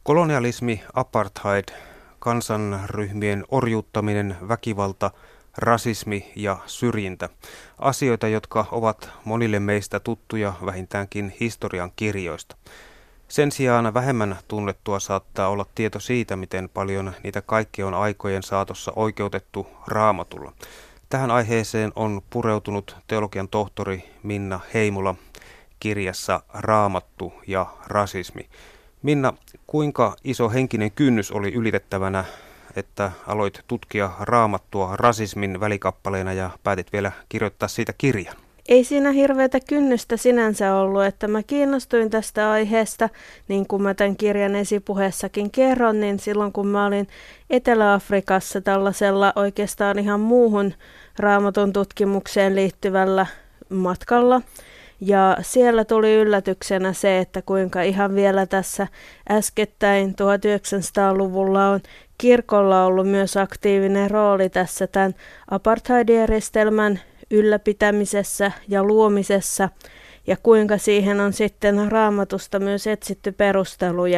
Kolonialismi, apartheid, kansanryhmien orjuuttaminen, väkivalta, rasismi ja syrjintä. Asioita, jotka ovat monille meistä tuttuja vähintäänkin historian kirjoista. Sen sijaan vähemmän tunnettua saattaa olla tieto siitä, miten paljon niitä kaikki on aikojen saatossa oikeutettu Raamatulla. Tähän aiheeseen on pureutunut teologian tohtori Minna Heimola kirjassa Raamattu ja rasismi. Minna, kuinka iso henkinen kynnys oli ylitettävänä, että aloit tutkia Raamattua rasismin välikappaleena ja päätit vielä kirjoittaa siitä kirjan? Ei siinä hirveätä kynnystä sinänsä ollut, että mä kiinnostuin tästä aiheesta, niin kuin mä tämän kirjan esipuheessakin kerron, niin silloin kun mä olin Etelä-Afrikassa tällaisella oikeastaan ihan muuhun Raamatun tutkimukseen liittyvällä matkalla. Ja siellä tuli yllätyksenä se, että kuinka ihan vielä tässä äskettäin 1900-luvulla on kirkolla ollut myös aktiivinen rooli tässä tämän apartheid-järjestelmän ylläpitämisessä ja luomisessa, ja kuinka siihen on sitten Raamatusta myös etsitty perusteluja.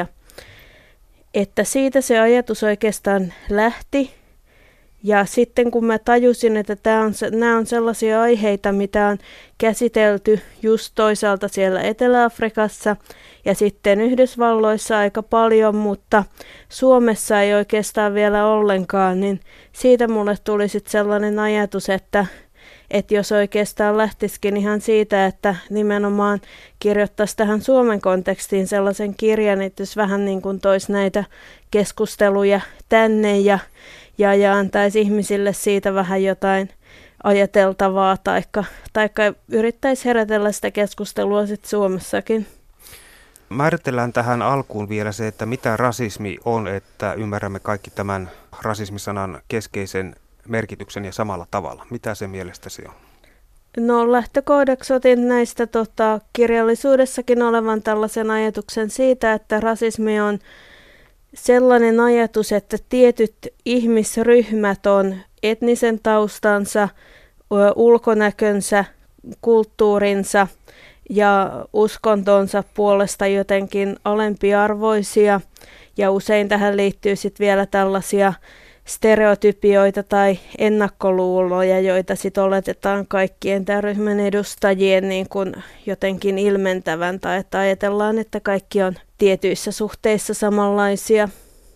Että siitä se ajatus oikeastaan lähti, ja sitten kun mä tajusin, että nämä on sellaisia aiheita, mitä on käsitelty just toisaalta siellä Etelä-Afrikassa ja sitten Yhdysvalloissa aika paljon, mutta Suomessa ei oikeastaan vielä ollenkaan, niin siitä mulle tuli sitten sellainen ajatus, että jos oikeastaan lähtisikin ihan siitä, että nimenomaan kirjoittaisi tähän Suomen kontekstiin sellaisen kirjan, että jos vähän niin kuin toisi näitä keskusteluja tänne ja antaisi ihmisille siitä vähän jotain ajateltavaa, taikka yrittäisi herätellä sitä keskustelua sitten Suomessakin. Määritellään tähän alkuun vielä se, että mitä rasismi on, että ymmärrämme kaikki tämän rasismisanan keskeisen merkityksen ja samalla tavalla. Mitä se mielestäsi on? No lähtökohdaksi otin näistä kirjallisuudessakin olevan tällaisen ajatuksen siitä, että rasismi on sellainen ajatus, että tietyt ihmisryhmät on etnisen taustansa, ulkonäkönsä, kulttuurinsa ja uskontonsa puolesta jotenkin alempiarvoisia. Ja usein tähän liittyy sitten vielä tällaisia stereotypioita tai ennakkoluuloja, joita sitten oletetaan kaikkien tämän ryhmän edustajien niin kuin jotenkin ilmentävän, tai että ajatellaan, että kaikki on tietyissä suhteissa samanlaisia.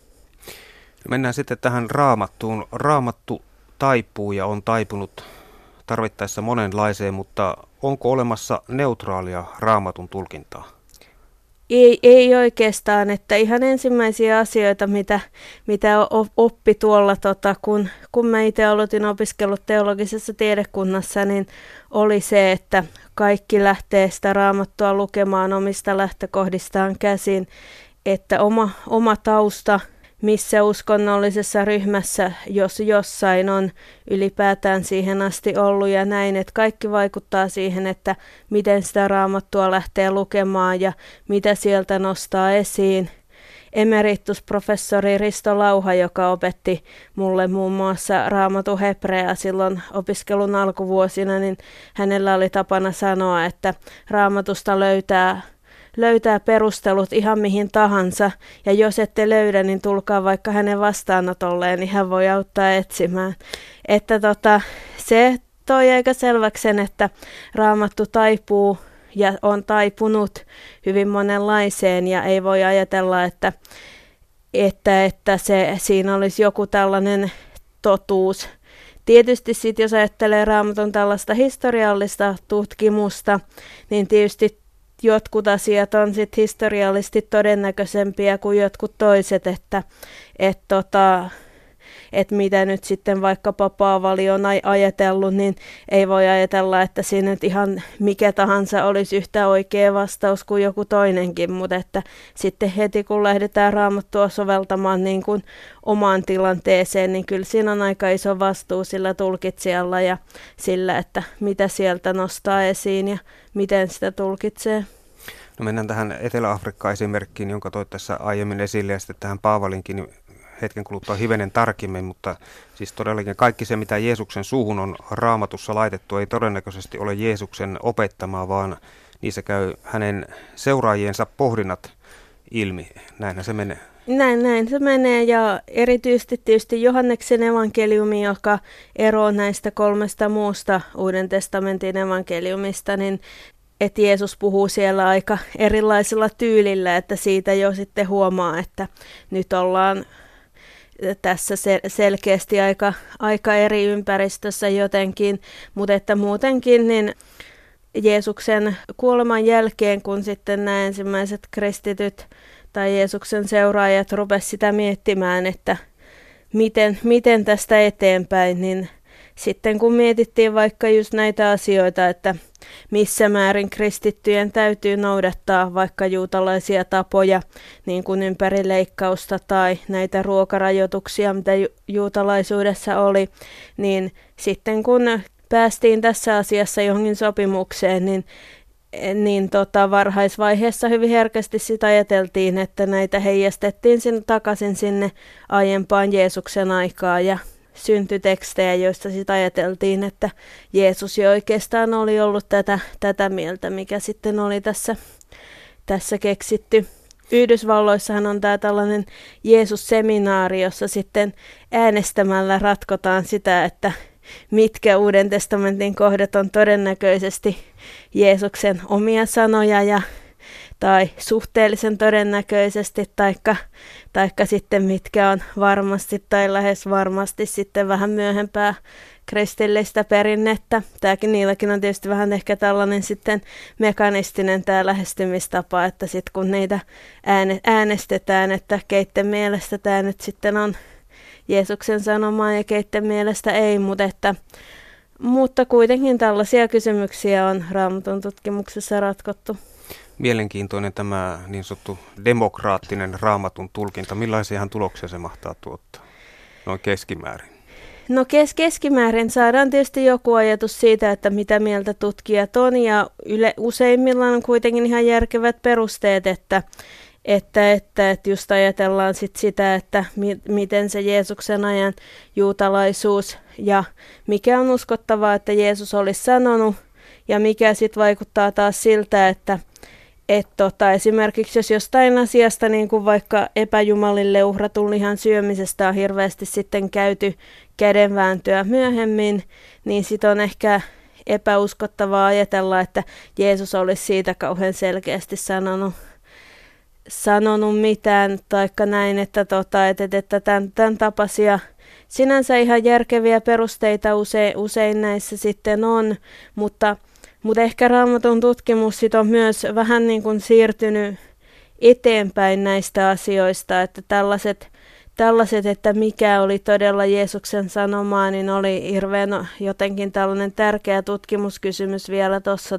Mennään sitten tähän Raamattuun. Raamattu taipuu ja on taipunut tarvittaessa monenlaiseen, mutta onko olemassa neutraalia Raamatun tulkintaa? Ei oikeastaan, että ihan ensimmäisiä asioita, mitä oppi tuolla, kun mä itse aloitin opiskellut teologisessa tiedekunnassa, niin oli se, että kaikki lähtee sitä Raamattua lukemaan omista lähtökohdistaan käsin, että oma tausta, missä uskonnollisessa ryhmässä, jos jossain on ylipäätään siihen asti ollut ja näin, että kaikki vaikuttaa siihen, että miten sitä Raamattua lähtee lukemaan ja mitä sieltä nostaa esiin. Emeritusprofessori Risto Lauha, joka opetti mulle muun muassa Raamatun hebreaa silloin opiskelun alkuvuosina, niin hänellä oli tapana sanoa, että Raamatusta löytää perustelut ihan mihin tahansa, ja jos ette löydä, niin tulkaa vaikka hänen vastaanotolleen, niin hän voi auttaa etsimään. Että se toi aika selväksi sen, että Raamattu taipuu ja on taipunut hyvin monenlaiseen, ja ei voi ajatella, että siinä olisi joku tällainen totuus. Tietysti sitten, jos ajattelee Raamatun tällaista historiallista tutkimusta, niin tietysti jotkut asiat on sit historiallisesti todennäköisempiä kuin jotkut toiset, että mitä nyt sitten vaikkapa Paavali on ajatellut, niin ei voi ajatella, että siinä nyt ihan mikä tahansa olisi yhtä oikea vastaus kuin joku toinenkin, mutta että sitten heti kun lähdetään Raamattua soveltamaan niin kuin omaan tilanteeseen, niin kyllä siinä on aika iso vastuu sillä tulkitsijalla ja sillä, että mitä sieltä nostaa esiin ja miten sitä tulkitsee. No mennään tähän Etelä-Afrikka-esimerkkiin, jonka toit tässä aiemmin esille, ja sitten tähän Paavalinkin hetken kuluttua hivenen tarkemmin, mutta siis todellakin kaikki se, mitä Jeesuksen suuhun on Raamatussa laitettu, ei todennäköisesti ole Jeesuksen opettamaa, vaan niissä käy hänen seuraajiensa pohdinnat ilmi. Näinhän se menee. Näin se menee, ja erityisesti tietysti Johanneksen evankeliumi, joka eroaa näistä 3 muusta Uuden testamentin evankeliumista, niin että Jeesus puhuu siellä aika erilaisella tyylillä, että siitä jo sitten huomaa, että nyt ollaan tässä selkeästi aika eri ympäristössä jotenkin, mutta että muutenkin niin Jeesuksen kuoleman jälkeen, kun sitten nämä ensimmäiset kristityt tai Jeesuksen seuraajat rupesivat sitä miettimään, että miten tästä eteenpäin, niin sitten kun mietittiin vaikka just näitä asioita, että missä määrin kristittyjen täytyy noudattaa vaikka juutalaisia tapoja, niin kuin ympärileikkausta tai näitä ruokarajoituksia, mitä juutalaisuudessa oli, niin sitten kun päästiin tässä asiassa johonkin sopimukseen, niin varhaisvaiheessa hyvin herkästi sitä ajateltiin, että näitä heijastettiin takaisin sinne aiempaan Jeesuksen aikaan ja syntytekstejä, joista sitten ajateltiin, että Jeesus jo oikeastaan oli ollut tätä mieltä, mikä sitten oli tässä keksitty. Yhdysvalloissahan on tämä tällainen Jeesus-seminaari, jossa sitten äänestämällä ratkotaan sitä, että mitkä Uuden testamentin kohdat on todennäköisesti Jeesuksen omia sanoja tai suhteellisen todennäköisesti, taikka sitten mitkä on varmasti tai lähes varmasti sitten vähän myöhempää kristillistä perinnettä. Niilläkin on tietysti vähän ehkä tällainen sitten mekanistinen tämä lähestymistapa, että sitten kun niitä äänestetään, että keitten mielestä tämä nyt sitten on Jeesuksen sanomaa ja keitten mielestä ei, mutta kuitenkin tällaisia kysymyksiä on Raamatun tutkimuksessa ratkottu. Mielenkiintoinen tämä niin sanottu demokraattinen Raamatun tulkinta. Millaisiahan tuloksia se mahtaa tuottaa noin keskimäärin? No keskimäärin saadaan tietysti joku ajatus siitä, että mitä mieltä tutkijat on, ja useimmillaan on kuitenkin ihan järkevät perusteet, että just ajatellaan sitä, että miten se Jeesuksen ajan juutalaisuus ja mikä on uskottavaa, että Jeesus olisi sanonut, ja mikä sitten vaikuttaa taas siltä, että esimerkiksi jos jostain asiasta, niin kuin vaikka epäjumalille uhratun lihan syömisestä on hirveästi sitten käyty kädenvääntöä myöhemmin, niin sitten on ehkä epäuskottavaa ajatella, että Jeesus olisi siitä kauhean selkeästi sanonut mitään, taikka näin, että tämän tapaisia sinänsä ihan järkeviä perusteita usein näissä sitten on, mutta ehkä Raamatun tutkimus sit on myös vähän niin kuin siirtynyt eteenpäin näistä asioista, että tällaiset, että mikä oli todella Jeesuksen sanomaa, niin oli hirveän jotenkin tällainen tärkeä tutkimuskysymys vielä tuossa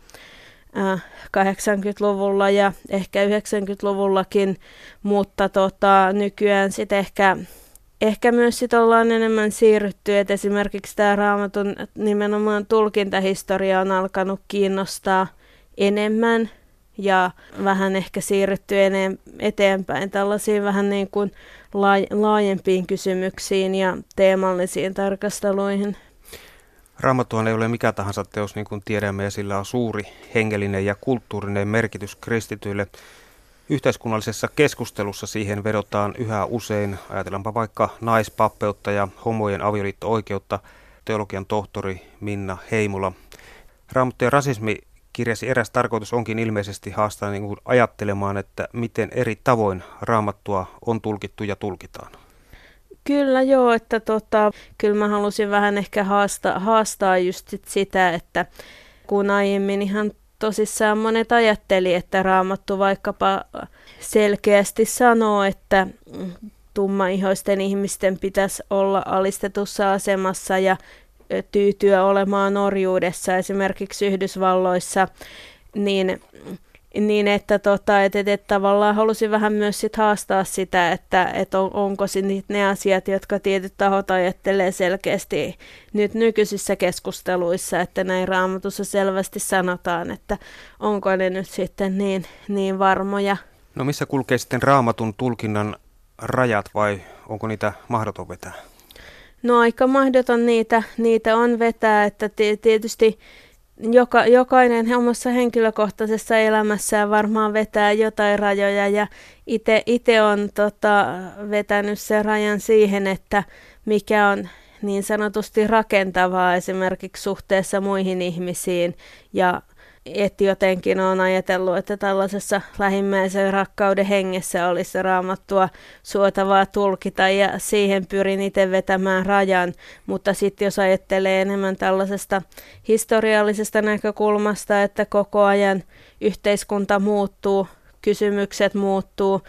80-luvulla ja ehkä 90-luvullakin, mutta nykyään sitten ehkä myös sit ollaan enemmän siirrytty, että esimerkiksi tämä Raamatun nimenomaan tulkintahistoria on alkanut kiinnostaa enemmän ja vähän ehkä siirrytty eteenpäin tällaisiin vähän niin kuin laajempiin kysymyksiin ja teemallisiin tarkasteluihin. Raamattuhan ei ole mikä tahansa teos, niin kuin tiedämme, ja sillä on suuri hengellinen ja kulttuurinen merkitys kristityille. Yhteiskunnallisessa keskustelussa siihen vedotaan yhä usein, ajatellaanpa vaikka naispappeutta ja homojen avioliitto-oikeutta, teologian tohtori Minna Heimula. Raamattu ja rasismi -kirjasi eräs tarkoitus onkin ilmeisesti haastaa niin kuin ajattelemaan, että miten eri tavoin Raamattua on tulkittu ja tulkitaan. Kyllä joo, että kyllä mä halusin vähän ehkä haastaa just sitä, että kun aiemmin ihan tosissaan monet ajatteli, että Raamattu vaikkapa selkeästi sanoo, että tummaihoisten ihmisten pitäisi olla alistetussa asemassa ja tyytyä olemaan orjuudessa esimerkiksi Yhdysvalloissa, niin että tavallaan halusin vähän myös sit haastaa sitä, että onko ne asiat, jotka tietyt tahot ajattelee selkeästi nyt nykyisissä keskusteluissa, että näin Raamatussa selvästi sanotaan, että onko ne nyt sitten niin varmoja. No missä kulkee sitten Raamatun tulkinnan rajat vai onko niitä mahdoton vetää? No aika mahdoton niitä on vetää, että tietysti jokainen omassa henkilökohtaisessa elämässään varmaan vetää jotain rajoja ja itse on vetänyt sen rajan siihen, että mikä on niin sanotusti rakentavaa esimerkiksi suhteessa muihin ihmisiin ja että jotenkin olen ajatellut, että tällaisessa lähimmäisen rakkauden hengessä olisi Raamattua suotavaa tulkita ja siihen pyrin itse vetämään rajan, mutta sitten jos ajattelee enemmän tällaisesta historiallisesta näkökulmasta, että koko ajan yhteiskunta muuttuu, kysymykset muuttuu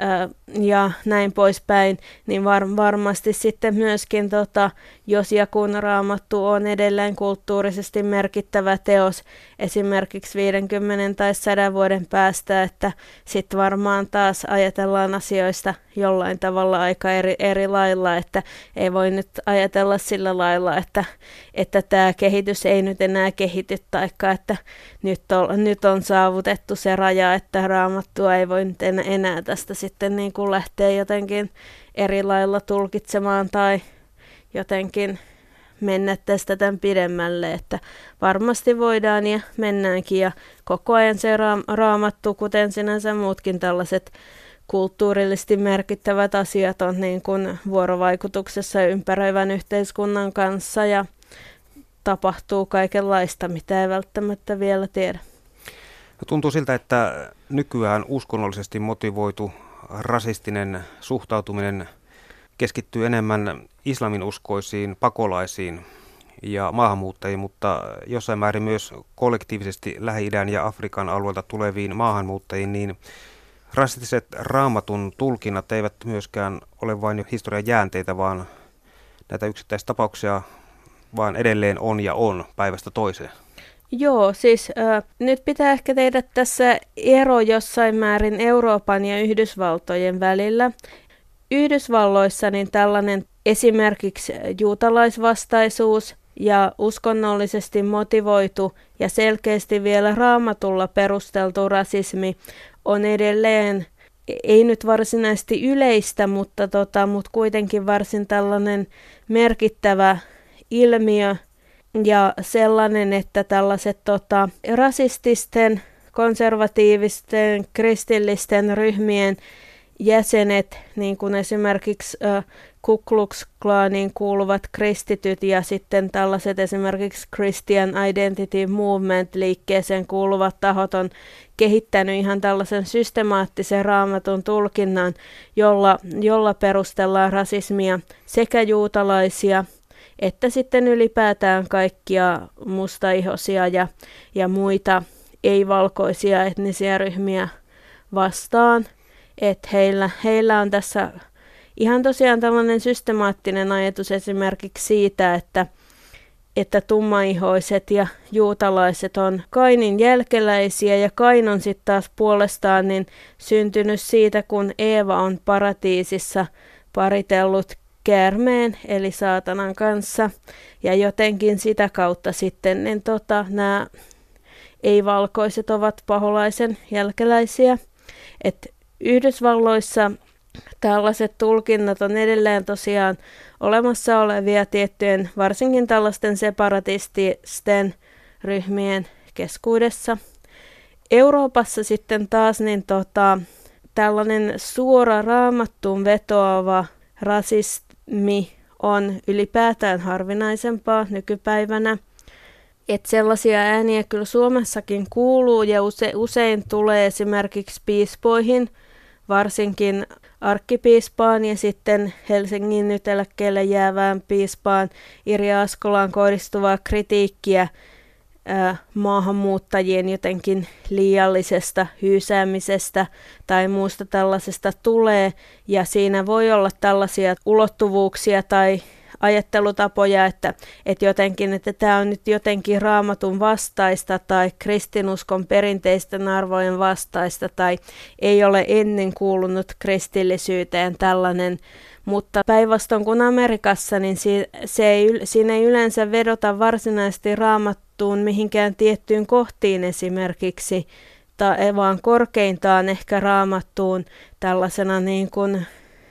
ja näin poispäin, niin varmasti sitten myöskin, jos ja kun Raamattu on edelleen kulttuurisesti merkittävä teos, esimerkiksi 50 tai 100 vuoden päästä, että sitten varmaan taas ajatellaan asioista jollain tavalla aika eri lailla, että ei voi nyt ajatella sillä lailla, että tämä kehitys ei nyt enää kehity, taikka että nyt on saavutettu se raja, että Raamattua ei voi nyt enää tästä sitten niin kuin lähteä jotenkin eri lailla tulkitsemaan tai jotenkin mennä tästä tämän pidemmälle, että varmasti voidaan ja mennäänkin ja koko ajan se Raamattu, kuten sinänsä muutkin tällaiset kulttuurillisesti merkittävät asiat on niin kuin vuorovaikutuksessa ympäröivän yhteiskunnan kanssa ja tapahtuu kaikenlaista, mitä ei välttämättä vielä tiedä. Tuntuu siltä, että nykyään uskonnollisesti motivoitu rasistinen suhtautuminen keskittyy enemmän islaminuskoisiin, pakolaisiin ja maahanmuuttajiin, mutta jossain määrin myös kollektiivisesti Lähi-idän ja Afrikan alueelta tuleviin maahanmuuttajiin, niin rasistiset Raamatun tulkinnat eivät myöskään ole vain historian jäänteitä, vaan näitä yksittäistapauksia vaan edelleen on ja on päivästä toiseen. Joo, siis nyt pitää ehkä tehdä tässä ero jossain määrin Euroopan ja Yhdysvaltojen välillä. Yhdysvalloissa niin tällainen esimerkiksi juutalaisvastaisuus ja uskonnollisesti motivoitu ja selkeästi vielä Raamatulla perusteltu rasismi on edelleen, ei nyt varsinaisesti yleistä, mutta kuitenkin varsin tällainen merkittävä ilmiö ja sellainen, että tällaiset rasististen, konservatiivisten, kristillisten ryhmien jäsenet, niin kuin esimerkiksi Ku Klux Klaniin kuuluvat kristityt ja sitten tällaiset esimerkiksi Christian Identity Movement-liikkeeseen kuuluvat tahot on kehittänyt ihan tällaisen systemaattisen Raamatun tulkinnan, jolla perustellaan rasismia sekä juutalaisia että sitten ylipäätään kaikkia mustaihoisia ja muita ei-valkoisia etnisiä ryhmiä vastaan. Että heillä on tässä ihan tosiaan tällainen systemaattinen ajatus esimerkiksi siitä, että tummaihoiset ja juutalaiset on Kainin jälkeläisiä ja Kain on sitten taas puolestaan niin syntynyt siitä, kun Eeva on paratiisissa paritellut käärmeen eli saatanan kanssa ja jotenkin sitä kautta sitten niin nämä ei-valkoiset ovat paholaisen jälkeläisiä. Et Yhdysvalloissa tällaiset tulkinnat on edelleen tosiaan olemassa olevia tiettyjen, varsinkin tällaisten separatististen ryhmien keskuudessa. Euroopassa sitten taas niin tällainen suora Raamattuun vetoava rasismi on ylipäätään harvinaisempaa nykypäivänä. Että sellaisia ääniä kyllä Suomessakin kuuluu ja usein tulee esimerkiksi piispoihin, varsinkin arkkipiispaan ja sitten Helsingin nyt eläkkeelle jäävään piispaan Irja Askolaan kohdistuvaa kritiikkiä maahanmuuttajien jotenkin liiallisesta hyysäämisestä tai muusta tällaisesta tulee ja siinä voi olla tällaisia ulottuvuuksia tai ajattelutapoja, että jotenkin, että tämä on nyt jotenkin Raamatun vastaista tai kristinuskon perinteisten arvojen vastaista tai ei ole ennen kuulunut kristillisyyteen tällainen, mutta päinvastoin kuin Amerikassa, niin siinä ei yleensä vedota varsinaisesti Raamattuun mihinkään tiettyyn kohtiin esimerkiksi, vaan korkeintaan ehkä Raamattuun tällaisena niin kuin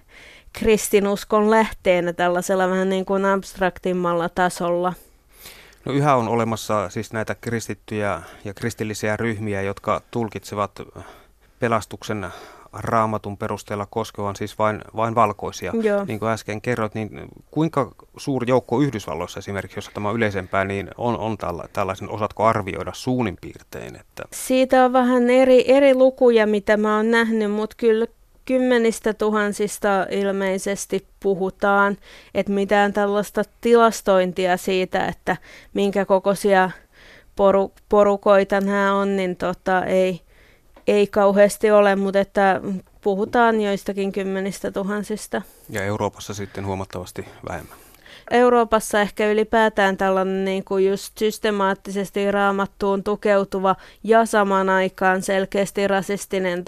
kristinuskon lähteenä tällaisella vähän niin kuin abstraktimmalla tasolla. No yhä on olemassa siis näitä kristittyjä ja kristillisiä ryhmiä, jotka tulkitsevat pelastuksen Raamatun perusteella koskevan siis vain valkoisia. Joo. Niin kuin äsken kerroit, niin kuinka suuri joukko Yhdysvalloissa esimerkiksi, jossa tämä on yleisempää, niin on tällaisen, osaatko arvioida suunnin piirtein? Että... Siitä on vähän eri lukuja, mitä mä oon nähnyt, mutta kyllä 10 000 ilmeisesti puhutaan, että mitään tällaista tilastointia siitä, että minkä kokoisia porukoita nämä on, niin ei kauheasti ole, mutta että puhutaan joistakin 10 000. Ja Euroopassa sitten huomattavasti vähemmän. Euroopassa ehkä ylipäätään tällainen niin kuin just systemaattisesti Raamattuun tukeutuva ja samaan aikaan selkeästi rasistinen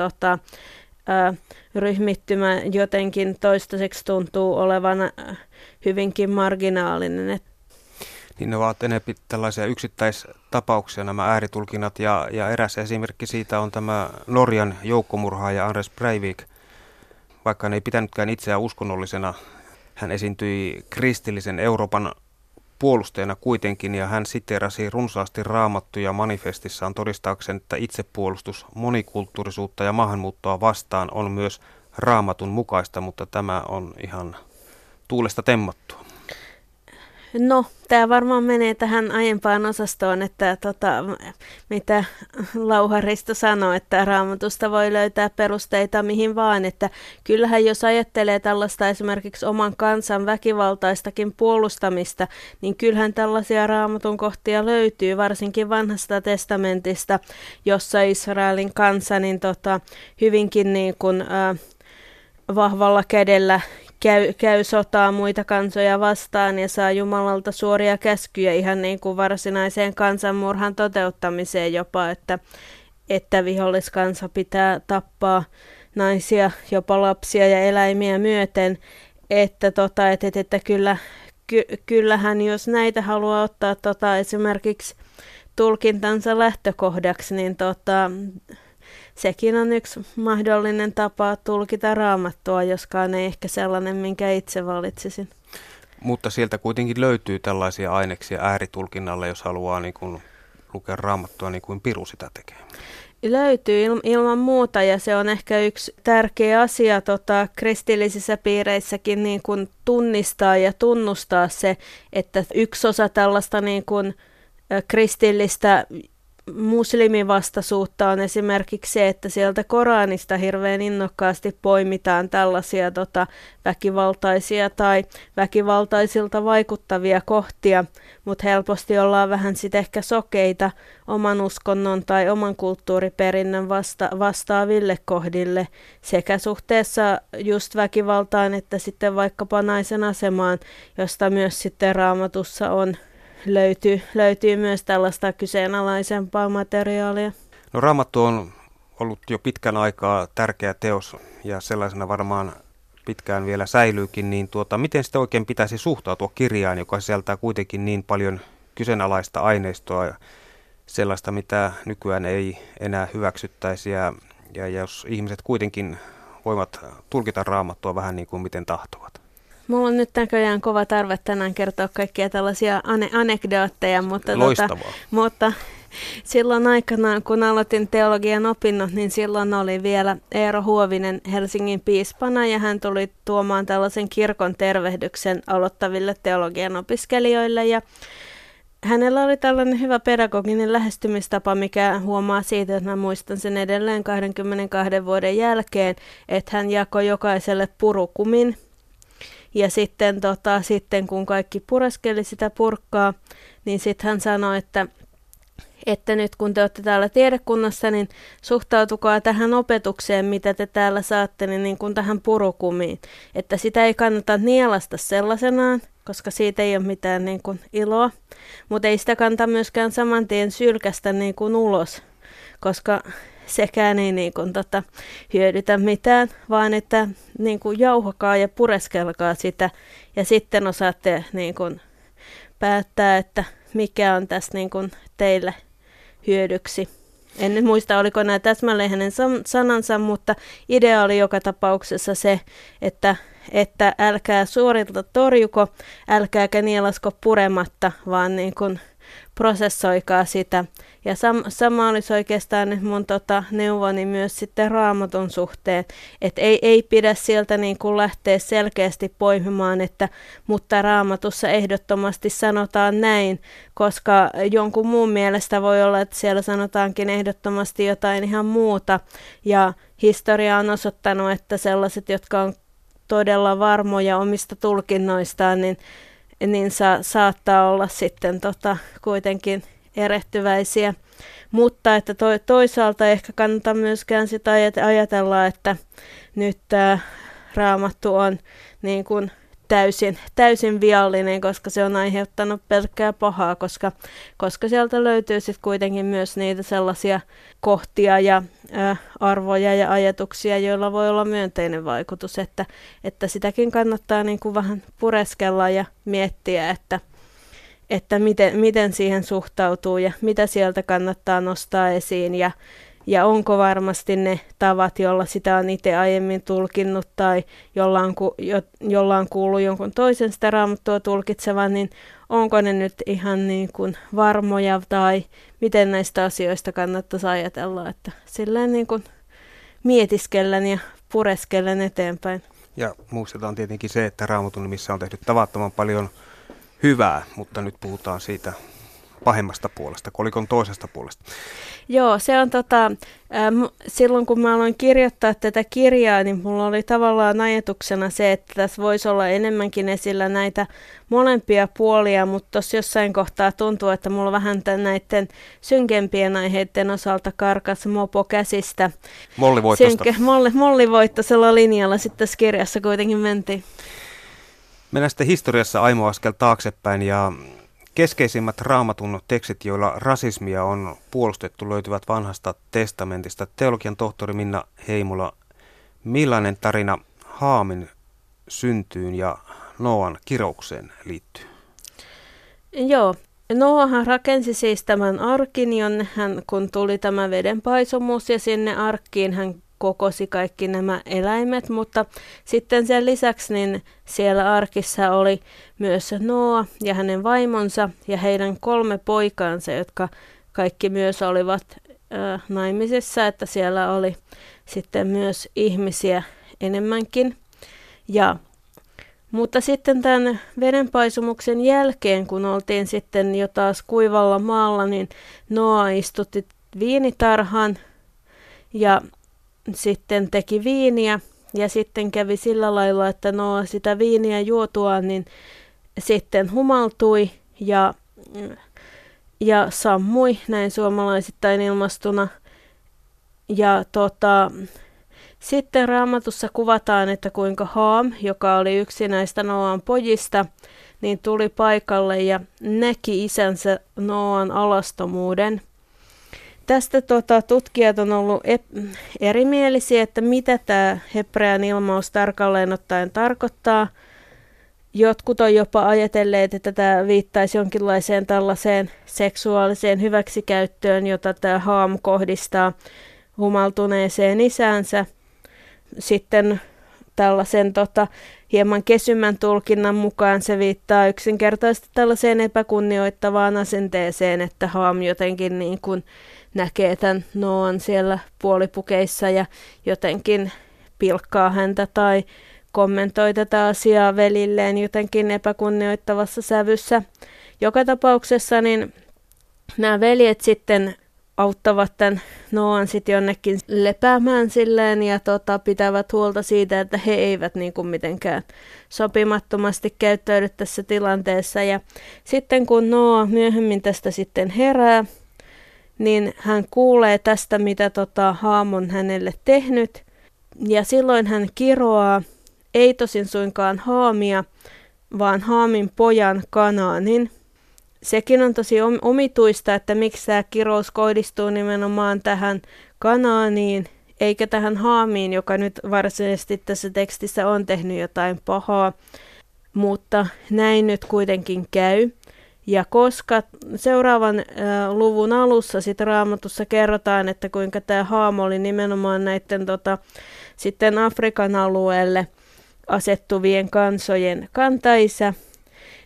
ryhmittymä jotenkin toistaiseksi tuntuu olevan hyvinkin marginaalinen. Niin ne ovat enemmän tällaisia yksittäistapauksia nämä ääritulkinnat ja eräs esimerkki siitä on tämä Norjan joukkomurhaaja Anders Breivik. Vaikka hän ei pitänytkään itseään uskonnollisena, hän esiintyi kristillisen Euroopan puolustajana kuitenkin ja hän siteerasi runsaasti Raamattuja manifestissaan todistaakseen, että itsepuolustus monikulttuurisuutta ja maahanmuuttoa vastaan on myös Raamatun mukaista, mutta tämä on ihan tuulesta temmattua. No, tämä varmaan menee tähän aiempaan osastoon, että mitä Lauharisto sanoi, että Raamatusta voi löytää perusteita mihin vaan, että kyllähän jos ajattelee tällaista esimerkiksi oman kansan väkivaltaistakin puolustamista, niin kyllähän tällaisia Raamatun kohtia löytyy, varsinkin Vanhasta testamentista, jossa Israelin kansa niin hyvinkin niin kuin, vahvalla kädellä käy sotaa muita kansoja vastaan ja saa Jumalalta suoria käskyjä ihan niin kuin varsinaiseen kansanmurhan toteuttamiseen jopa, että viholliskansa pitää tappaa naisia, jopa lapsia ja eläimiä myöten, että kyllähän jos näitä haluaa ottaa esimerkiksi tulkintansa lähtökohdaksi, niin sekin on yksi mahdollinen tapa tulkita Raamattua, joskaan ei ehkä sellainen, minkä itse valitsisin. Mutta sieltä kuitenkin löytyy tällaisia aineksia ääritulkinnalle, jos haluaa niin kuin lukea Raamattua niin kuin Piru sitä tekee. Löytyy ilman muuta ja se on ehkä yksi tärkeä asia kristillisissä piireissäkin niin kuin tunnistaa ja tunnustaa se, että yksi osa tällaista niin kuin kristillistä muslimivastaisuutta on esimerkiksi se, että sieltä Koranista hirveän innokkaasti poimitaan tällaisia väkivaltaisia tai väkivaltaisilta vaikuttavia kohtia, mutta helposti ollaan vähän sitten ehkä sokeita oman uskonnon tai oman kulttuuriperinnön vastaaville kohdille sekä suhteessa just väkivaltaan että sitten vaikkapa naisen asemaan, josta myös sitten Raamatussa löytyy myös tällaista kyseenalaisempaa materiaalia. No Raamattu on ollut jo pitkän aikaa tärkeä teos ja sellaisena varmaan pitkään vielä säilyykin, niin miten sitä oikein pitäisi suhtautua kirjaan, joka sisältää kuitenkin niin paljon kyseenalaista aineistoa ja sellaista, mitä nykyään ei enää hyväksyttäisi ja jos ihmiset kuitenkin voivat tulkita Raamattua vähän niin kuin miten tahtovat. Mulla on nyt näköjään kova tarve tänään kertoa kaikkia tällaisia anekdootteja, mutta silloin aikanaan, kun aloitin teologian opinnot, niin silloin oli vielä Eero Huovinen Helsingin piispana ja hän tuli tuomaan tällaisen kirkon tervehdyksen aloittaville teologian opiskelijoille ja hänellä oli tällainen hyvä pedagoginen lähestymistapa, mikä huomaa siitä, että mä muistan sen edelleen 22 vuoden jälkeen, että hän jakoi jokaiselle purukumin. Ja sitten kun kaikki pureskeli sitä purkkaa, niin sitten hän sanoi, että nyt kun te olette täällä tiedekunnassa, niin suhtautukaa tähän opetukseen, mitä te täällä saatte, niin kuin tähän purukumiin. Että sitä ei kannata nielasta sellaisenaan, koska siitä ei ole mitään niin kuin iloa, mutta ei sitä kannata myöskään saman tien sylkästä niin kuin ulos, koska sekään ei niin kuin, hyödytä mitään, vaan että niin kuin jauhakaa ja pureskelkaa sitä ja sitten osaatte niin kuin, päättää, että mikä on tässä niin kuin, teille hyödyksi. En nyt muista, oliko nämä täsmälleen hänen sanansa, mutta idea oli joka tapauksessa se, että älkää suorilta torjuko, älkääkä nielasko purematta, vaan niin kuin prosessoikaa sitä. Ja sama olisi oikeastaan nyt mun neuvoni myös sitten Raamatun suhteen, että ei pidä sieltä niin kuin lähteä selkeästi poimimaan, että mutta Raamatussa ehdottomasti sanotaan näin, koska jonkun muun mielestä voi olla, että siellä sanotaankin ehdottomasti jotain ihan muuta. Ja historia on osoittanut, että sellaiset, jotka on todella varmoja omista tulkinnoistaan, niin saattaa olla sitten kuitenkin erehtyväisiä. Mutta että toisaalta ehkä kannattaa myöskään sitä ajatella, että nyt tämä Raamattu on niin kuin täysin viallinen, koska se on aiheuttanut pelkkää pahaa, koska sieltä löytyy sitten kuitenkin myös niitä sellaisia kohtia ja arvoja ja ajatuksia, joilla voi olla myönteinen vaikutus, että sitäkin kannattaa niin kuin vähän pureskella ja miettiä, että miten siihen suhtautuu ja mitä sieltä kannattaa nostaa esiin ja onko varmasti ne tavat, jolla sitä on itse aiemmin tulkinnut tai jolla on kuullut jonkun toisen sitä Raamattua tulkitsevan, niin onko ne nyt ihan niin kuin varmoja tai miten näistä asioista kannattaisi ajatella, että silleen niin kuin mietiskellen ja pureskellen eteenpäin. Ja muistetaan tietenkin se, että Raamatun nimissä on tehty tavattoman paljon hyvää, mutta nyt puhutaan siitä pahemmasta puolesta, kolikon toisesta puolesta. Joo, se on silloin kun mä aloin kirjoittaa tätä kirjaa, niin mulla oli tavallaan ajatuksena se, että tässä voisi olla enemmänkin esillä näitä molempia puolia, mutta tuossa jossain kohtaa tuntuu, että mulla vähän näiden synkempien aiheiden osalta karkas mopo käsistä. Mollivoittoista. Mollivoittoisella linjalla sitten tässä kirjassa kuitenkin mentiin. Mennään sitten historiassa aimo askel taaksepäin ja keskeisimmät Raamatun tekstit, joilla rasismia on puolustettu, löytyvät Vanhasta testamentista. Teologian tohtori Minna Heimola, millainen tarina Haamin syntyyn ja Nooan kiroukseen liittyy? Joo, Nooahan rakensi siis tämän arkin, jonne kun tuli tämä vedenpaisumus ja sinne arkkiin hän kokosi kaikki nämä eläimet, mutta sitten sen lisäksi niin siellä arkissa oli myös Nooa ja hänen vaimonsa ja heidän 3 poikaansa, jotka kaikki myös olivat naimisissa, että siellä oli sitten myös ihmisiä enemmänkin. Mutta sitten tämän vedenpaisumuksen jälkeen, kun oltiin sitten jo taas kuivalla maalla, niin Nooa istutti viinitarhan ja sitten teki viiniä ja sitten kävi sillä lailla, että Nooa sitä viiniä juotuaan niin sitten humaltui ja sammui näin suomalaisittain ilmastuna. Ja sitten Raamatussa kuvataan, että kuinka Haam, joka oli yksi näistä Nooan pojista, niin tuli paikalle ja näki isänsä Nooan alastomuuden. Tästä tutkijat on ollut erimielisiä, että mitä tämä hebrean ilmaus tarkalleen ottaen tarkoittaa. Jotkut on jopa ajatelleet, että tämä viittaisi jonkinlaiseen tällaiseen seksuaaliseen hyväksikäyttöön, jota tämä Haam kohdistaa humaltuneeseen isänsä. Sitten tällaisen hieman kesymän tulkinnan mukaan se viittaa yksinkertaisesti tällaiseen epäkunnioittavaan asenteeseen, että Haam jotenkin niin kuin näkee tämän Nooan siellä puolipukeissa ja jotenkin pilkkaa häntä tai kommentoi tätä asiaa velilleen jotenkin epäkunnioittavassa sävyssä. Joka tapauksessa niin nämä veljet sitten auttavat tämän Nooan sitten jonnekin lepäämään silleen ja pitävät huolta siitä, että he eivät niin kuin mitenkään sopimattomasti käyttäydy tässä tilanteessa. Ja sitten kun Nooa myöhemmin tästä sitten herää, niin hän kuulee tästä, mitä Haam on hänelle tehnyt. Ja silloin hän kiroaa, ei tosin suinkaan Haamia, vaan Haamin pojan Kanaanin. Sekin on tosi omituista, että miksi tämä kirous kohdistuu nimenomaan tähän Kanaaniin, eikä tähän Haamiin, joka nyt varsinaisesti tässä tekstissä on tehnyt jotain pahaa. Mutta näin nyt kuitenkin käy. Ja koska seuraavan luvun alussa sitten Raamatussa kerrotaan, että kuinka tämä Haam oli nimenomaan näiden sitten Afrikan alueelle asettuvien kansojen kantaisä,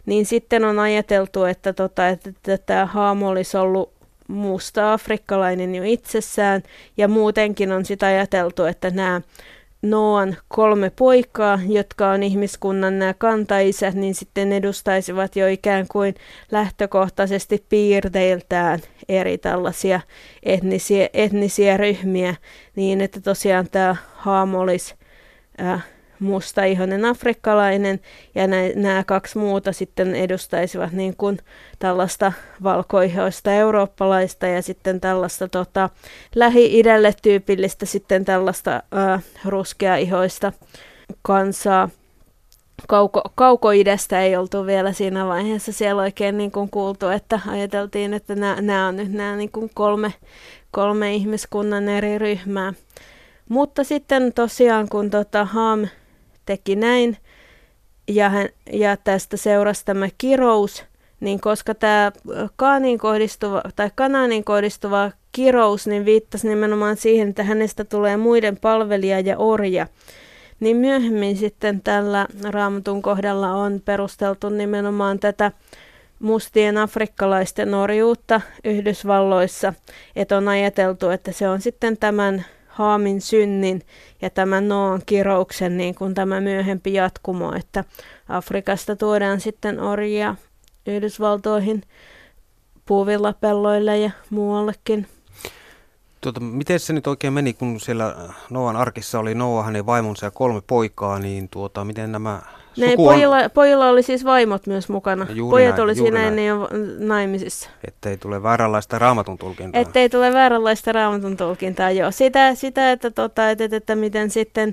niin sitten on ajateltu, että tämä haamu olisi ollut musta afrikkalainen jo itsessään, ja muutenkin on sitä ajateltu, että nämä Noan 3 poikaa, jotka on ihmiskunnan nämä kantaisät, niin sitten edustaisivat jo ikään kuin lähtökohtaisesti piirteiltään eri tällaisia etnisiä ryhmiä, niin että tosiaan tämä haamu olisi mustaihoinen afrikkalainen, ja nämä 2 muuta sitten edustaisivat niin kuin tällaista valkoihoista eurooppalaista, ja sitten tällaista Lähi-idälle tyypillistä sitten tällaista ruskeaihoista kansaa. Kauko-idästä ei oltu vielä siinä vaiheessa siellä oikein niin kuin kuultu, että ajateltiin, että nämä on nyt nämä niin kuin kolme ihmiskunnan eri ryhmää. Mutta sitten tosiaan, kun Ham teki näin, ja tästä seurasi tämä kirous, niin koska tämä Kanaaniin kohdistuva kirous niin viittasi nimenomaan siihen, että hänestä tulee muiden palvelija ja orja, niin myöhemmin sitten tällä Raamatun kohdalla on perusteltu nimenomaan tätä mustien afrikkalaisten orjuutta Yhdysvalloissa, että on ajateltu, että se on sitten tämän Haamin synnin ja tämän Noan kirouksen niin kuin tämä myöhempi jatkumo, että Afrikasta tuodaan sitten orjia Yhdysvaltoihin puuvillapelloille ja muuallekin. Miten se nyt oikein meni, kun siellä Noan arkissa oli Noa, hänen vaimonsa ja 3 poikaa, niin miten nämä pojilla oli siis vaimot myös mukana. Pojat oli siinä ennen jo naimisissa. Ettei tule vääränlaista Raamatun tulkintaa. Ettei tule vääränlaista Raamatun tulkintaa, joo. Sitä että miten sitten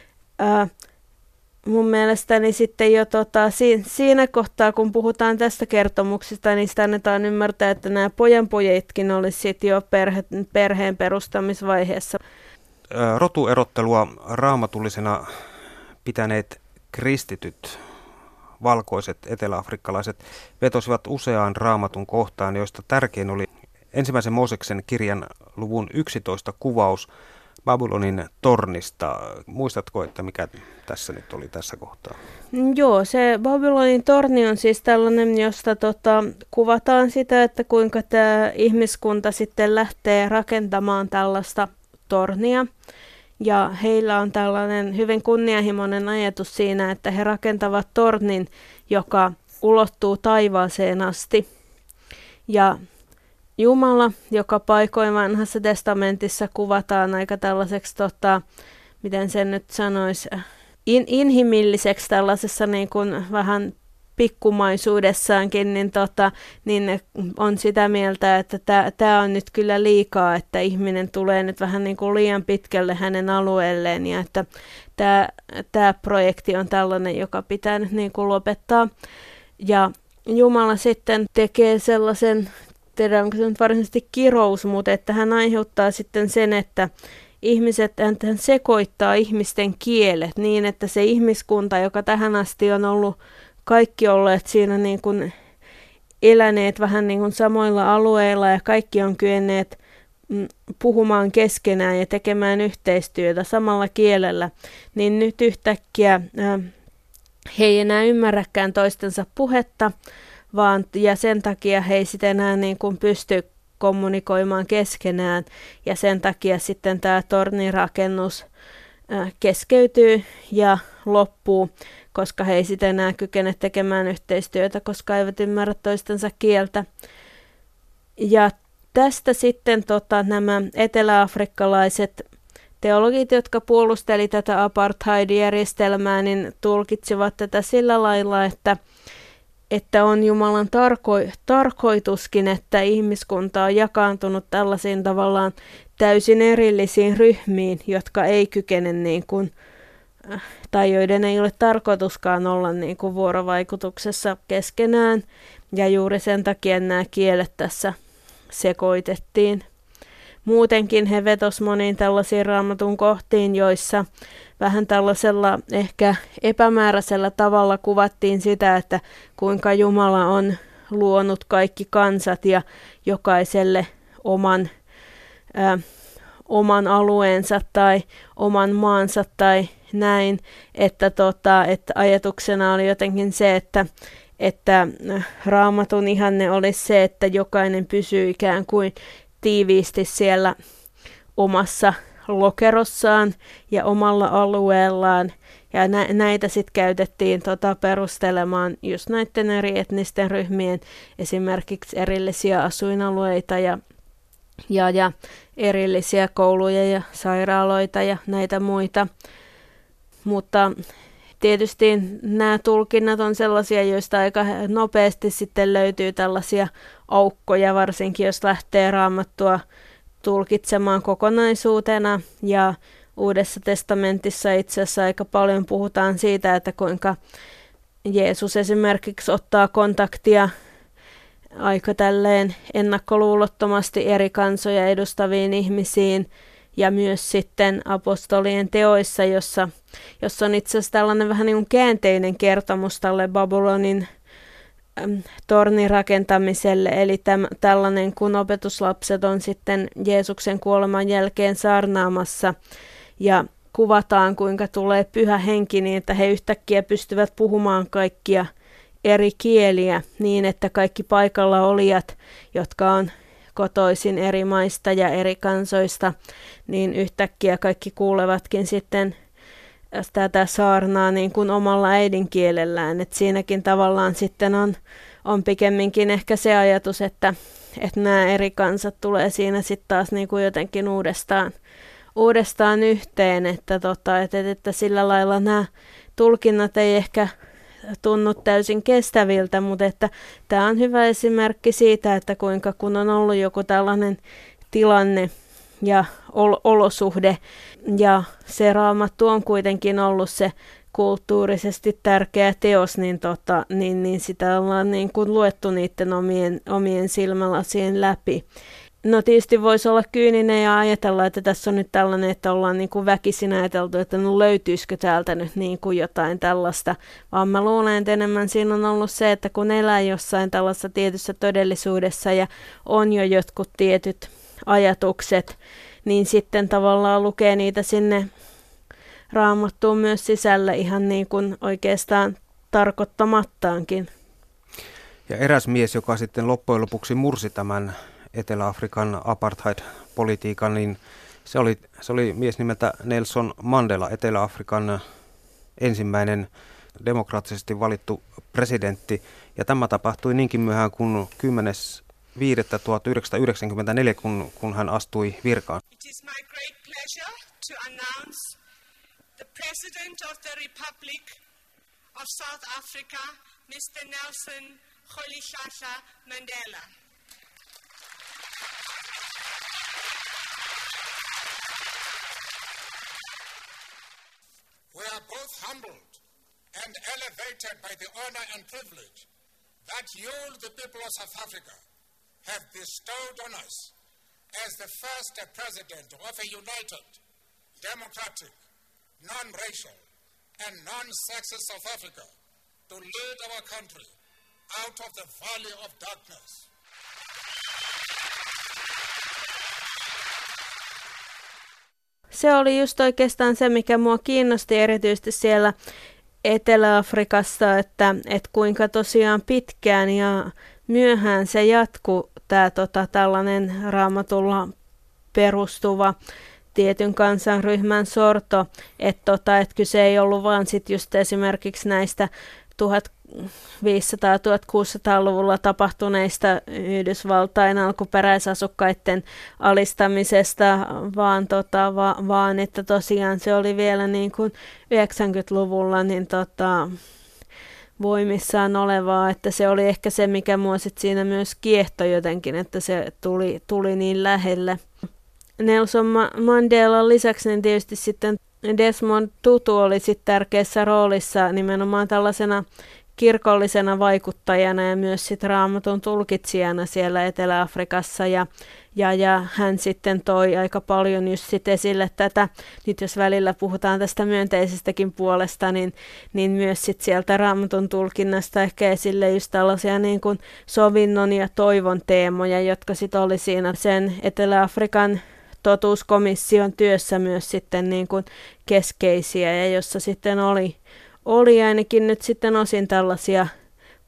mun mielestäni sitten jo siinä kohtaa, kun puhutaan tästä kertomuksesta, niin sitä annetaan ymmärtää, että nämä pojanpojatkin olisi sitten jo perheen perustamisvaiheessa. Rotuerottelua raamatullisena pitäneet kristityt, valkoiset eteläafrikkalaiset, vetosivat useaan Raamatun kohtaan, joista tärkein oli ensimmäisen Mooseksen kirjan luvun 11 kuvaus Babylonin tornista. Muistatko, että mikä tässä nyt oli tässä kohtaa? Joo, se Babylonin torni on siis tällainen, josta kuvataan sitä, että kuinka tämä ihmiskunta sitten lähtee rakentamaan tällaista tornia. Ja heillä on tällainen hyvin kunnianhimoinen ajatus siinä, että he rakentavat tornin, joka ulottuu taivaaseen asti. Ja Jumala, joka paikoin Vanhassa testamentissa kuvataan aika tällaiseksi, miten sen nyt sanoisi, inhimilliseksi tällaisessa niin kuin vähän pikkumaisuudessaankin, niin on sitä mieltä, että tämä on nyt kyllä liikaa, että ihminen tulee nyt vähän niin kuin liian pitkälle hänen alueelleen, ja että tämä projekti on tällainen, joka pitää nyt niin kuin lopettaa. Ja Jumala sitten tekee sellaisen, tiedä onko se nyt varsinaisesti kirous, mutta että hän aiheuttaa sitten sen, että hän sekoittaa ihmisten kielet niin, että se ihmiskunta, joka tähän asti on ollut kaikki olleet siinä niin kuin eläneet vähän niin kuin samoilla alueilla ja kaikki on kyenneet puhumaan keskenään ja tekemään yhteistyötä samalla kielellä, niin nyt yhtäkkiä he ei enää ymmärräkään toistensa puhetta, ja sen takia he ei sitten enää niin kuin pysty kommunikoimaan keskenään, ja sen takia sitten tämä tornirakennus keskeytyy ja loppuu, koska he ei sitten enää kykene tekemään yhteistyötä, koska eivät ymmärrä toistensa kieltä. Ja tästä sitten nämä eteläafrikkalaiset teologit, jotka puolusteli tätä apartheid-järjestelmää, niin tulkitsivat tätä sillä lailla, että on Jumalan tarkoituskin, että ihmiskunta on jakaantunut tällaisiin tavallaan täysin erillisiin ryhmiin, jotka ei kykene niin kuin, tai joiden ei ole tarkoituskaan olla niin kuin vuorovaikutuksessa keskenään, ja juuri sen takia nämä kielet tässä sekoitettiin. Muutenkin he vetos moniin tällaisiin Raamatun kohtiin, joissa vähän tällaisella ehkä epämääräisellä tavalla kuvattiin sitä, että kuinka Jumala on luonut kaikki kansat ja jokaiselle oman alueensa tai oman maansa tai näin, että ajatuksena oli jotenkin se, että Raamatun ihanne olisi se, että jokainen pysyy ikään kuin tiiviisti siellä omassa lokerossaan ja omalla alueellaan. Ja näitä sitten käytettiin perustelemaan just näiden eri etnisten ryhmien esimerkiksi erillisiä asuinalueita ja erillisiä kouluja ja sairaaloita ja näitä muita. Mutta tietysti nämä tulkinnat on sellaisia, joista aika nopeasti sitten löytyy tällaisia aukkoja, varsinkin jos lähtee Raamattua tulkitsemaan kokonaisuutena. Ja Uudessa testamentissa itse asiassa aika paljon puhutaan siitä, että kuinka Jeesus esimerkiksi ottaa kontaktia aika tälleen ennakkoluulottomasti eri kansoja edustaviin ihmisiin, ja myös sitten apostolien teoissa, jossa on itse asiassa tällainen vähän niin kuin käänteinen kertomus tälle Babylonin tornin rakentamiselle, eli tällainen, kun opetuslapset on sitten Jeesuksen kuoleman jälkeen saarnaamassa, ja kuvataan, kuinka tulee pyhä henki niin, että he yhtäkkiä pystyvät puhumaan kaikkia eri kieliä niin, että kaikki paikalla olijat, jotka on kotoisin eri maista ja eri kansoista, niin yhtäkkiä kaikki kuulevatkin sitten tätä saarnaa niin kuin omalla äidinkielellään. Et siinäkin tavallaan sitten on pikemminkin ehkä se ajatus, että nämä eri kansat tulee siinä sitten taas niin kuin jotenkin uudestaan yhteen, että sillä lailla nämä tulkinnat ei ehkä tunnu täysin kestäviltä, mutta että tämä on hyvä esimerkki siitä, että kuinka kun on ollut joku tällainen tilanne ja olosuhde, ja se Raamattu on kuitenkin ollut se kulttuurisesti tärkeä teos, niin sitä ollaan niin kuin luettu niiden omien silmälasien läpi. No tietysti voisi olla kyyninen ja ajatella, että tässä on nyt tällainen, että ollaan niin kuin väkisin ajateltu, että no löytyisikö täältä nyt niin kuin jotain tällaista, vaan mä luulen, että enemmän siinä on ollut se, että kun elää jossain tällaisessa tietyssä todellisuudessa ja on jo jotkut tietyt ajatukset, niin sitten tavallaan lukee niitä sinne Raamattuun myös sisällä ihan niin kuin oikeastaan tarkoittamattaankin. Ja eräs mies, joka sitten loppujen lopuksi mursi tämän Etelä-Afrikan apartheid-politiikan, niin se oli mies nimeltä Nelson Mandela, Etelä-Afrikan ensimmäinen demokraattisesti valittu presidentti. Ja tämä tapahtui niinkin myöhään kuin 10.5.1994, kun hän astui virkaan. It is my great pleasure to announce the President of the Republic of South Africa, Mr. Nelson Rolihlahla Mandela. We are both humbled and elevated by the honor and privilege that you, the people of South Africa, have bestowed on us as the first president of a united, democratic, non-racial, and non-sexist South Africa to lead our country out of the valley of darkness. Se oli just oikeastaan se, mikä mua kiinnosti erityisesti siellä Etelä-Afrikassa, että kuinka tosiaan pitkään ja myöhään se jatkuu tämä tällainen Raamatulla perustuva tietyn kansanryhmän sorto, että kyse ei ollut vaan sit just esimerkiksi näistä 1500-1600-luvulla tapahtuneista Yhdysvaltain alkuperäisasukkaiden alistamisesta, vaan että tosiaan se oli vielä niin kuin 90-luvulla niin voimissaan olevaa, että se oli ehkä se, mikä mua sit siinä myös kiehtoi jotenkin, että se tuli niin lähelle. Nelson Mandelan lisäksi niin tietysti sitten Desmond Tutu oli sitten tärkeässä roolissa nimenomaan tällaisena kirkollisena vaikuttajana ja myös sitten Raamatun tulkitsijana siellä Etelä-Afrikassa ja hän sitten toi aika paljon just sit esille tätä, nyt jos välillä puhutaan tästä myönteisestäkin puolesta, niin myös sit sieltä Raamatun tulkinnasta ehkä esille just tällaisia niin kuin sovinnon ja toivon teemoja, jotka sitten oli siinä sen Etelä-Afrikan totuuskomission työssä myös sitten niin kuin keskeisiä ja jossa sitten oli ainakin nyt sitten osin tällaisia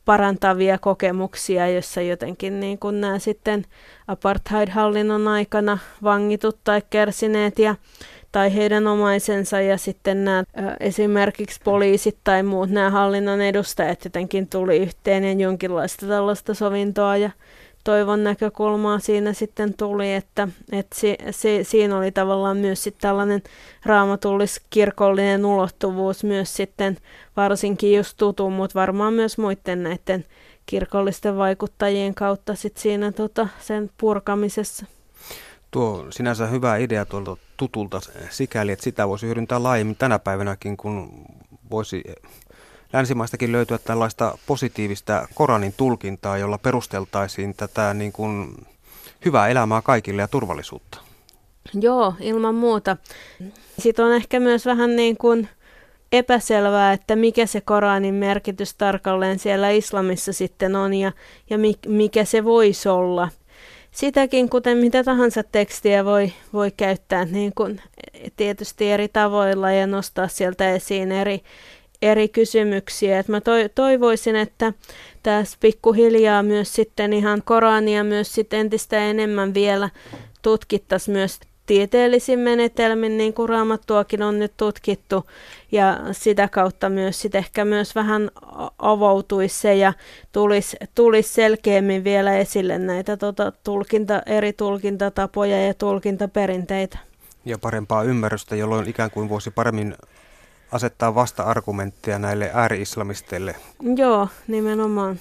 parantavia kokemuksia, jossa jotenkin niin kuin nämä sitten apartheid-hallinnon aikana vangitut tai kärsineet tai heidän omaisensa ja sitten nämä esimerkiksi poliisit tai muut nämä hallinnon edustajat jotenkin tuli yhteen ja jonkinlaista tällaista sovintoa ja toivon näkökulmaa siinä sitten tuli, että siinä oli tavallaan myös sitten tällainen raamatullis-kirkollinen ulottuvuus myös sitten varsinkin just tutun, mutta varmaan myös muiden näiden kirkollisten vaikuttajien kautta sitten siinä sen purkamisessa. Tuo sinänsä hyvä idea tuolta tutulta sikäli, että sitä voisi hyödyntää laajemmin tänä päivänäkin, kun voisi länsimaistakin löytyä tällaista positiivista Koranin tulkintaa, jolla perusteltaisiin tätä niin kuin hyvää elämää kaikille ja turvallisuutta. Joo, ilman muuta. Sitten on ehkä myös vähän niin kuin epäselvää, että mikä se Koranin merkitys tarkalleen siellä islamissa sitten on ja mikä se voisi olla. Sitäkin, kuten mitä tahansa tekstiä voi käyttää niin kuin tietysti eri tavoilla ja nostaa sieltä esiin eri kysymyksiä. Et mä toivoisin, että tässä pikkuhiljaa myös sitten ihan Korania myös sitten entistä enemmän vielä tutkittaisiin myös tieteellisin menetelmin, niin kuin Raamattuakin on nyt tutkittu, ja sitä kautta myös sit ehkä myös vähän avautuisi se ja tulisi selkeämmin vielä esille näitä eri tulkintatapoja ja tulkintaperinteitä. Ja parempaa ymmärrystä, jolloin ikään kuin voisi paremmin asettaa vasta-argumentteja näille ääri-islamisteille. Joo, nimenomaan.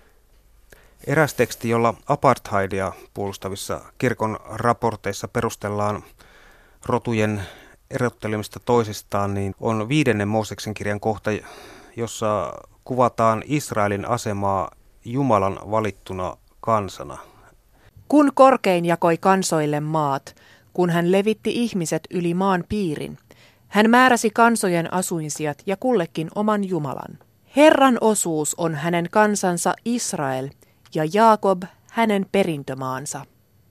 Eräs teksti, jolla apartheidia puolustavissa kirkon raporteissa perustellaan rotujen erottelemista toisistaan, niin on 5. Mooseksen kirjan kohta, jossa kuvataan Israelin asemaa Jumalan valittuna kansana. Kun Korkein jakoi kansoille maat, kun hän levitti ihmiset yli maan piirin, hän määräsi kansojen asuinsijat ja kullekin oman Jumalan. Herran osuus on hänen kansansa Israel ja Jaakob hänen perintömaansa.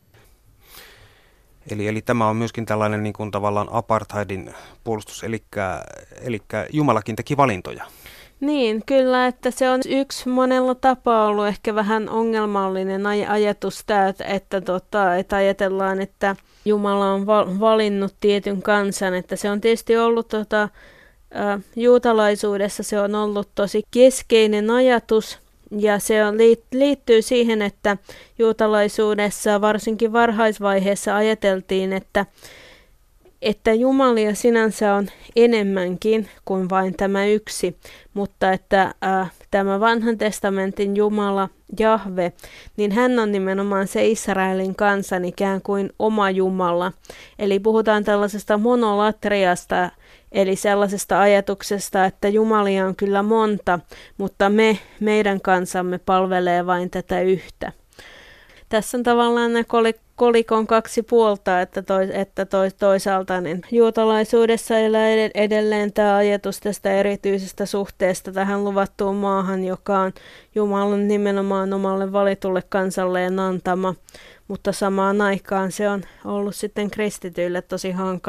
Eli tämä on myöskin tällainen niin kuin tavallaan apartheidin puolustus, eli Jumalakin teki valintoja. Niin, kyllä, että se on yksi monella tapaa ollut ehkä vähän ongelmallinen ajatus tämä, että ajatellaan, että Jumala on valinnut tietyn kansan, että se on tietysti ollut juutalaisuudessa se on ollut tosi keskeinen ajatus ja se liittyy siihen, että juutalaisuudessa varsinkin varhaisvaiheessa ajateltiin, että Jumalia sinänsä on enemmänkin kuin vain tämä yksi, mutta että tämä vanhan testamentin Jumala, Jahve, niin hän on nimenomaan se Israelin kansan ikään kuin oma Jumala. Eli puhutaan tällaisesta monolatriasta, eli sellaisesta ajatuksesta, että Jumalia on kyllä monta, mutta meidän kansamme palvelee vain tätä yhtä. Tässä on tavallaan nämä kolikon kaksi puolta, että toisaalta niin juutalaisuudessa elää edelleen tämä ajatus tästä erityisestä suhteesta tähän luvattuun maahan, joka on Jumalan nimenomaan omalle valitulle kansalleen antama, mutta samaan aikaan se on ollut sitten kristityille tosi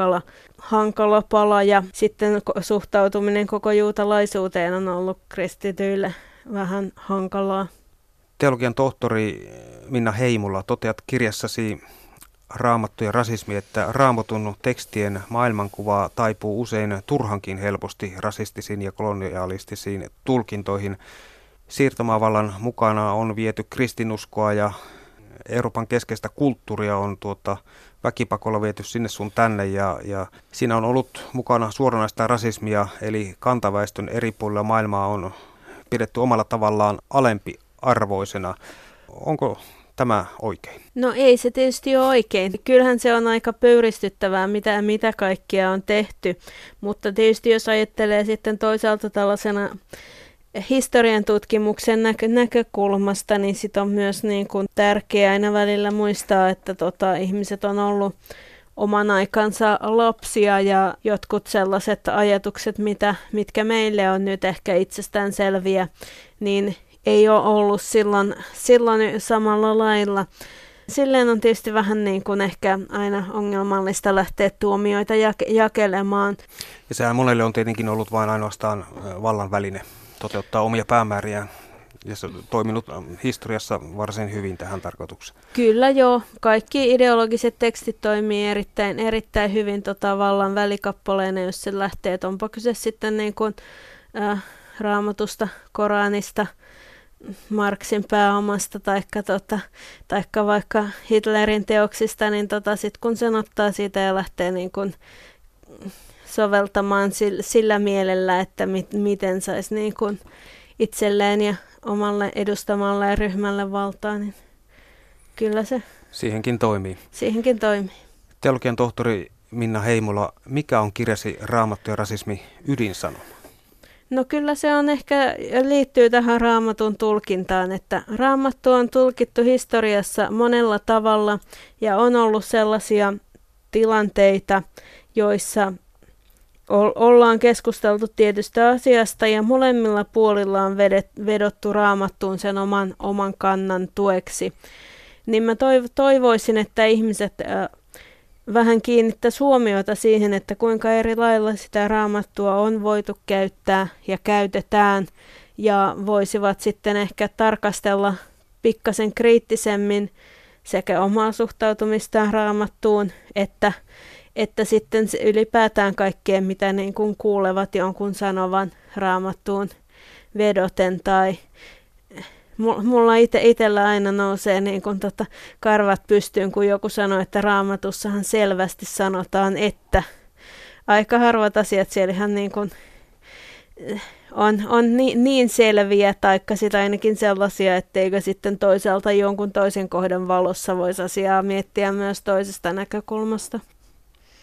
hankala pala ja sitten suhtautuminen koko juutalaisuuteen on ollut kristityille vähän hankalaa. Teologian tohtori Minna Heimola, toteat kirjassasi Raamattu ja rasismi, että Raamatun tekstien maailmankuva taipuu usein turhankin helposti rasistisiin ja kolonialistisiin tulkintoihin. Siirtomaavallan mukana on viety kristinuskoa ja Euroopan keskeistä kulttuuria on väkipakolla viety sinne sun tänne ja siinä on ollut mukana suoranaista rasismia, eli kantaväestön eri puolilla maailmaa on pidetty omalla tavallaan alempiarvoisena. Onko tämä oikein? No ei se tietysti ole oikein. Kyllähän se on aika pöyristyttävää, mitä kaikkea on tehty, mutta tietysti jos ajattelee sitten toisaalta tällaisena historian tutkimuksen näkökulmasta, niin sit on myös niin kuin tärkeää aina välillä muistaa, että ihmiset on ollut oman aikansa lapsia ja jotkut sellaiset ajatukset, mitkä meille on nyt ehkä itsestäänselviä, niin ei ole ollut silloin samalla lailla. Silleen on tietysti vähän niin kuin ehkä aina ongelmallista lähteä tuomioita jakelemaan. Ja sehän monelle on tietenkin ollut vain ainoastaan vallan väline toteuttaa omia päämääriään Ja se on toiminut historiassa varsin hyvin tähän tarkoitukseen. Kyllä joo. Kaikki ideologiset tekstit toimii erittäin hyvin vallan välikappaleena, jos se lähtee. Et onpa kyse sitten niin kuin, Raamatusta, Koranista, Marxin pääomasta taikka vaikka Hitlerin teoksista, niin sit kun sen ottaa siitä ja lähtee niin kuin soveltamaan sillä mielellä, että miten saisi niin kuin itselleen ja omalle edustamalle ryhmälle valtaa, niin kyllä se Siihenkin toimii. Siihenkin toimii. Teologian tohtori Minna Heimola, mikä on kirjasi Raamattu ja rasismi ydinsanoma? No kyllä se on ehkä liittyy tähän Raamatun tulkintaan, että Raamattu on tulkittu historiassa monella tavalla ja on ollut sellaisia tilanteita, joissa ollaan keskusteltu tietystä asiasta ja molemmilla puolilla on vedottu Raamattuun sen oman kannan tueksi. Niin mä toivoisin, että ihmiset vähän kiinnittäisi huomiota siihen, että kuinka eri lailla sitä Raamattua on voitu käyttää ja käytetään ja voisivat sitten ehkä tarkastella pikkasen kriittisemmin sekä omaa suhtautumistaan Raamattuun että sitten ylipäätään kaikkea, mitä niin kuin kuulevat jonkun sanovan Raamattuun vedoten tai mulla itsellä aina nousee niin kuin karvat pystyyn, kun joku sanoo, että Raamatussahan selvästi sanotaan, että aika harvat asiat siellä ihan niin kuin on niin selviä, taikka sitä ainakin sellaisia, etteikö sitten toisaalta jonkun toisen kohdan valossa voisi asiaa miettiä myös toisesta näkökulmasta.